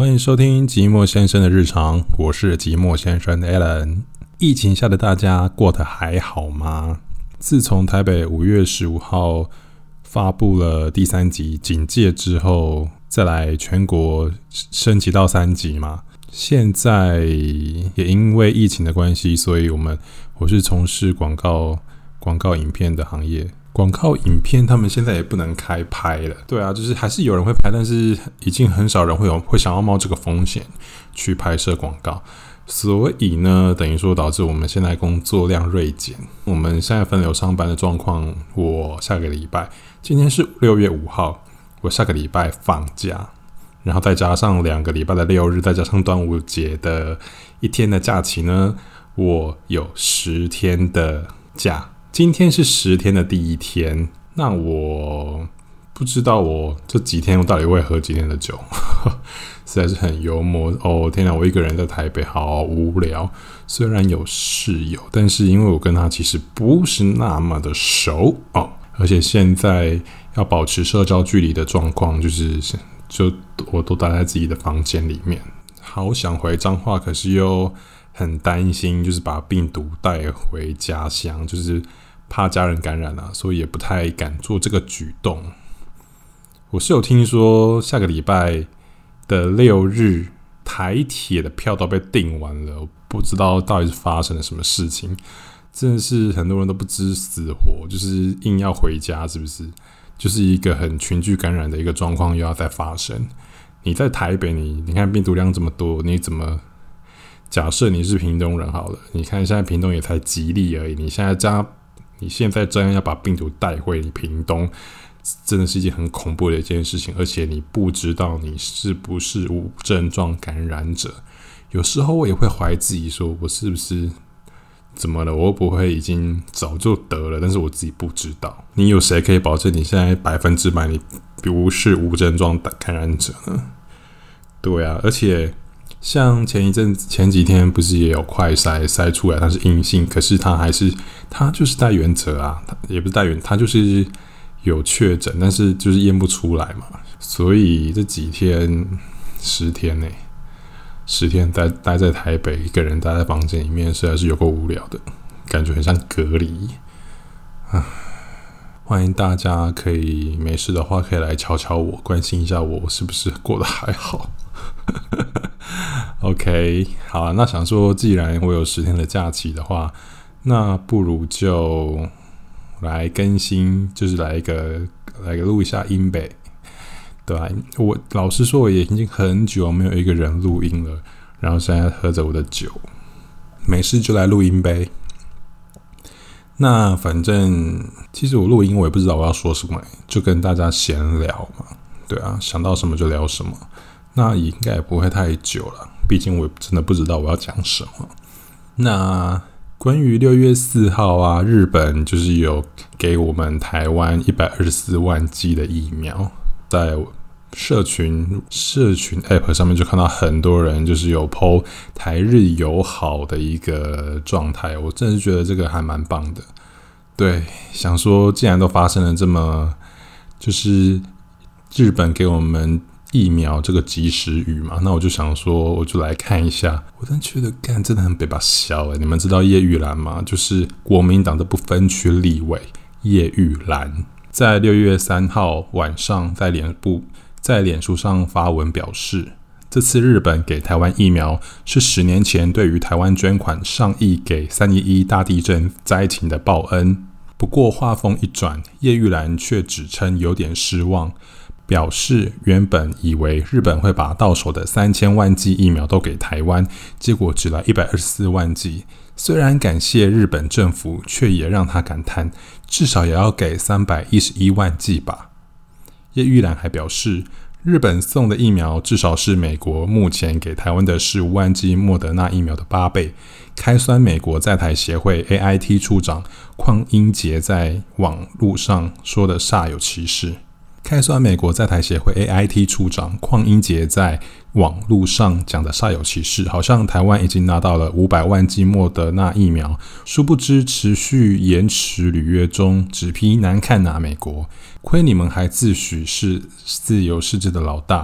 欢迎收听寂寞先生的日常，我是寂寞先生 Alan。 疫情下的大家过得还好吗？自从台北5月15号发布了第3级警戒之后，再来全国升级到3级嘛，现在也因为疫情的关系，所以我是从事广告影片的行业。广告影片他们现在也不能开拍了，对啊，就是还是有人会拍，但是已经很少人会想要冒这个风险去拍摄广告，所以呢，等于说导致我们现在工作量锐减。我们现在分流上班的状况，我下个礼拜，今天是6月5号，我下个礼拜放假，然后再加上2个礼拜的6日，再加上端午节的1天的假期呢，我有10天的假。今天是10天的第1天，那我不知道我这几天我到底会喝几天的酒，实在是很幽默哦！天哪，我一个人在台北好无聊。虽然有室友，但是因为我跟他其实不是那么的熟哦，而且现在要保持社交距离的状况，就我都待在自己的房间里面。好想回彰化，可是又很担心，就是把病毒带回家乡，就是怕家人感染啊，所以也不太敢做这个举动。我是有听说下个礼拜的6日台铁的票都被订完了，我不知道到底是发生了什么事情，真的是很多人都不知死活，就是硬要回家，是不是？就是一个很群聚感染的一个状况又要再发生。你在台北，你看病毒量这么多，你怎么？假设你是屏东人好了，你看现在屏东也才几例而已，你现在这样要把病毒带回你屏东，真的是一件很恐怖的一件事情，而且你不知道你是不是无症状感染者。有时候我也会怀疑自己，说我是不是怎么了？我会不会已经早就得了，但是我自己不知道。你有谁可以保证你现在100%你不是无症状感染者呢？对啊，而且像前几天不是也有快筛出来他是阴性，可是他就是带原则啊，也不是带原，他就是有确诊，但是就是验不出来嘛。所以这几天10天待在台北，一个人待在房间里面，实在是有够无聊的，感觉很像隔离。欢迎大家可以没事的话可以来瞧瞧我，关心一下我是不是过得还好。OK， 好啊，那想说既然我有10天的假期的话，那不如就来更新，就是来个录一下音呗，对吧？我老实说，我也已经很久没有一个人录音了，然后现在喝着我的酒，没事就来录音呗。那反正其实我录音我也不知道我要说什么，就跟大家闲聊嘛，对啊，想到什么就聊什么。那应该也不会太久了，毕竟我真的不知道我要讲什么。那关于6月4号啊，日本就是有给我们台湾124万剂的疫苗，在社群 App 上面就看到很多人就是有 po 台日友好的一个状态，我真的是觉得这个还蛮棒的。对，想说既然都发生了这么，就是日本给我们疫苗这个及时雨嘛，那我就想说，我就来看一下。我真的觉得真的很北把小欸。你们知道叶玉兰吗？就是国民党的不分区立委叶玉兰，在6月3号晚上在脸书上发文表示，这次日本给台湾疫苗是10年前对于台湾捐款上亿给311大地震灾情的报恩。不过话锋一转，叶玉兰却指称有点失望，表示原本以为日本会把到手的3000万剂疫苗都给台湾，结果只来124万剂。虽然感谢日本政府，却也让他感叹，至少也要给311万剂吧。叶玉兰还表示，日本送的疫苗至少是美国目前给台湾的15万剂莫德纳疫苗的8倍。开酸美国在台协会 AIT 处长邝英杰在网路上说的煞有其事。开酸美国在台协会 AIT 处长邝英杰在网路上讲的煞有其事，好像台湾已经拿到了500万剂莫德纳疫苗，殊不知持续延迟履约中，只批难看拿美国。亏你们还自诩是自由世界的老大，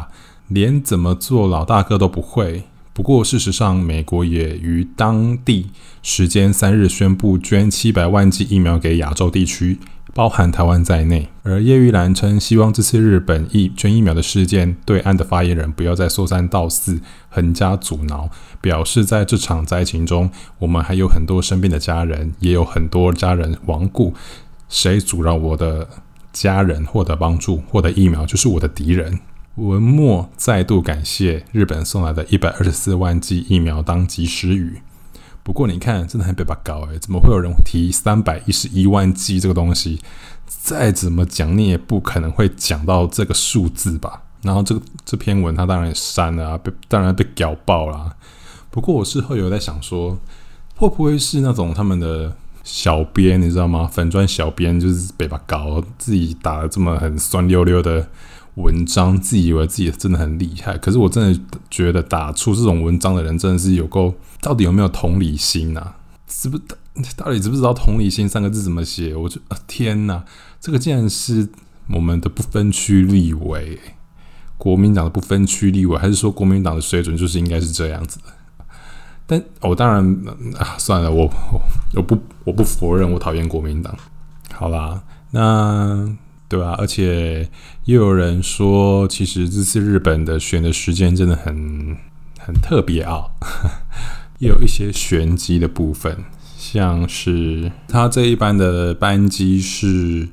连怎么做老大哥都不会。不过事实上，美国也于当地时间3日宣布捐700万剂疫苗给亚洲地区，包含台湾在内。而叶玉兰称，希望这次日本捐疫苗的事件，对岸的发言人不要再说三道四，横加阻挠，表示在这场灾情中，我们还有很多身边的家人，也有很多家人亡故，谁阻挠我的家人获得帮助、获得疫苗，就是我的敌人。文末再度感谢日本送来的124万剂疫苗当及时雨。不过你看，真的很被拔高怎么会有人提311万剂这个东西？再怎么讲，你也不可能会讲到这个数字吧？然后这篇文他当然也删了当然被屌爆啦。不过我事后有在想说，会不会是那种他们的小编，你知道吗？粉专小编就是被拔高，自己打了这么很酸溜溜的文章，自己以为自己真的很厉害，可是我真的觉得打出这种文章的人真的是有够，到底有没有同理心啊？到底知不知道同理心3个字怎么写？我就天哪，这个竟然是我们的不分区立委，国民党的不分区立委，还是说国民党的水准就是应该是这样子的？但我当然算了，我不否认我讨厌国民党。好啦，那对啊，而且又有人说，其实这次日本的选的时间真的很特别啊，也有一些玄机的部分，像是他这一班的班机是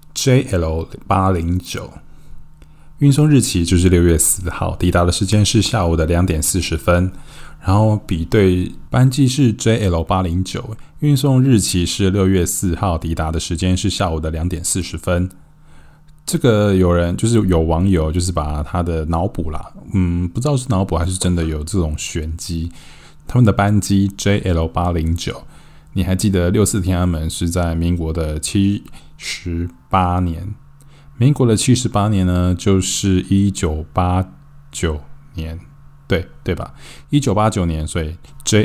JL809， 运送日期就是6月4号，抵达的时间是下午的2点40分。然后比对班机是 JL809， 运送日期是6月4号，抵达的时间是下午的2点40分。这个有网友就是把他的脑补啦，不知道是脑补还是真的有这种玄机。他们的班机 JL809， 你还记得6四天安门是在民国的78年，民国的78年呢，就是1989年。对吧？1989年，所以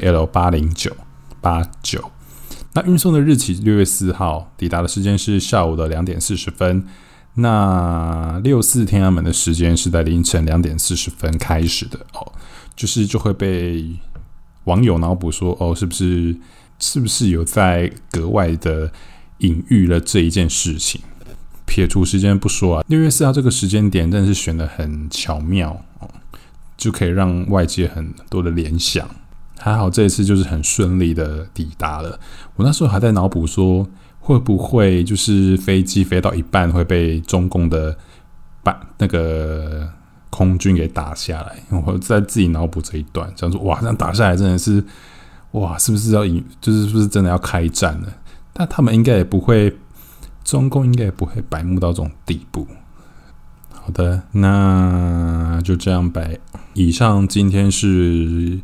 JL809。那运送的日期6月4号，抵达的时间是下午的2点40分。那6四天安门的时间是在凌晨2点40分开始的就会被网友脑补说是不是有在格外的隐喻了这一件事情？撇除时间不说6月4号这个时间点真的是选得很巧妙就可以让外界很多的联想。还好这一次就是很顺利的抵达了。我那时候还在脑补说，会不会就是飞机飞到一半会被中共的那个空军给打下来？我在自己脑补这一段，想说哇，这样打下来真的是哇，是不是是不是真的要开战了？但他们应该也不会，中共应该也不会白目到这种地步。好的，那就这样呗。以上今天是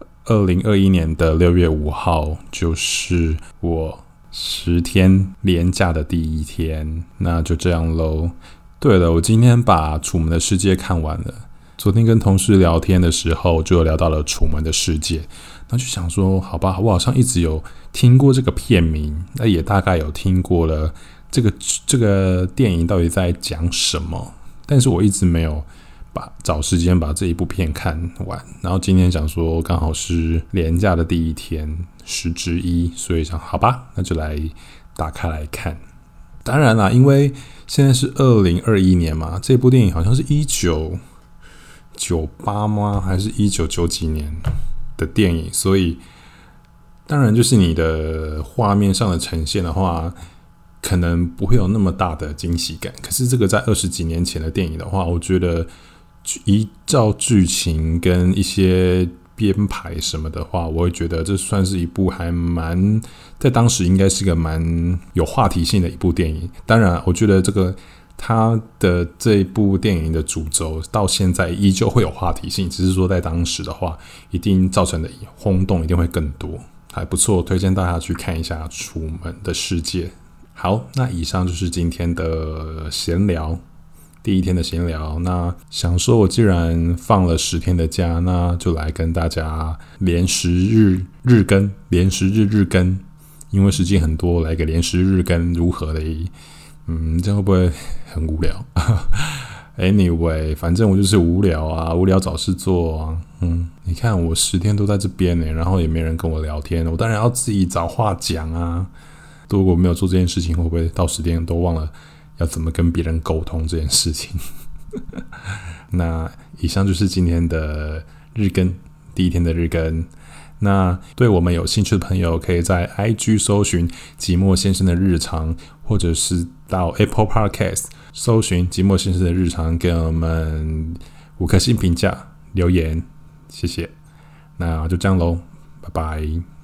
2021年的6月5号，就是我10天连假的第一天，那就这样咯。对了，我今天把《楚门的世界》看完了。昨天跟同事聊天的时候，就聊到了《楚门的世界》，那就想说，好吧，我好像一直有听过这个片名，那也大概有听过了这个电影到底在讲什么。但是我一直没有找时间把这一部片看完，然后今天想说刚好是连假的第一天10之一，所以想好吧，那就来打开来看。当然啦，因为现在是2021年嘛，这部电影好像是1998吗？还是1990几年的电影，所以当然就是你的画面上的呈现的话，可能不会有那么大的惊喜感。可是这个在20几年前的电影的话，我觉得依照剧情跟一些编排什么的话，我会觉得这算是一部还蛮在当时应该是个蛮有话题性的一部电影。当然我觉得它的这部电影的主轴到现在依旧会有话题性，只是说在当时的话一定造成的轰动一定会更多，还不错，推荐大家去看一下《楚门的世界》。好，那以上就是今天的闲聊，第一天的闲聊。那想说我既然放了10天的假，那就来跟大家连10日更，因为时间很多，来个连10日更如何嘞？这样会不会很无聊？ Anyway， 反正我就是无聊啊，无聊找事做啊。你看我10天都在这边然后也没人跟我聊天，我当然要自己找话讲啊。如果没有做这件事情，会不会到10天都忘了要怎么跟别人沟通这件事情？那以上就是今天的日更，第一天的日更。那对我们有兴趣的朋友，可以在 IG 搜寻寂寞先生的日常，或者是到 Apple Podcast 搜寻寂寞先生的日常，给我们5颗星评价留言，谢谢。那就这样咯，拜拜。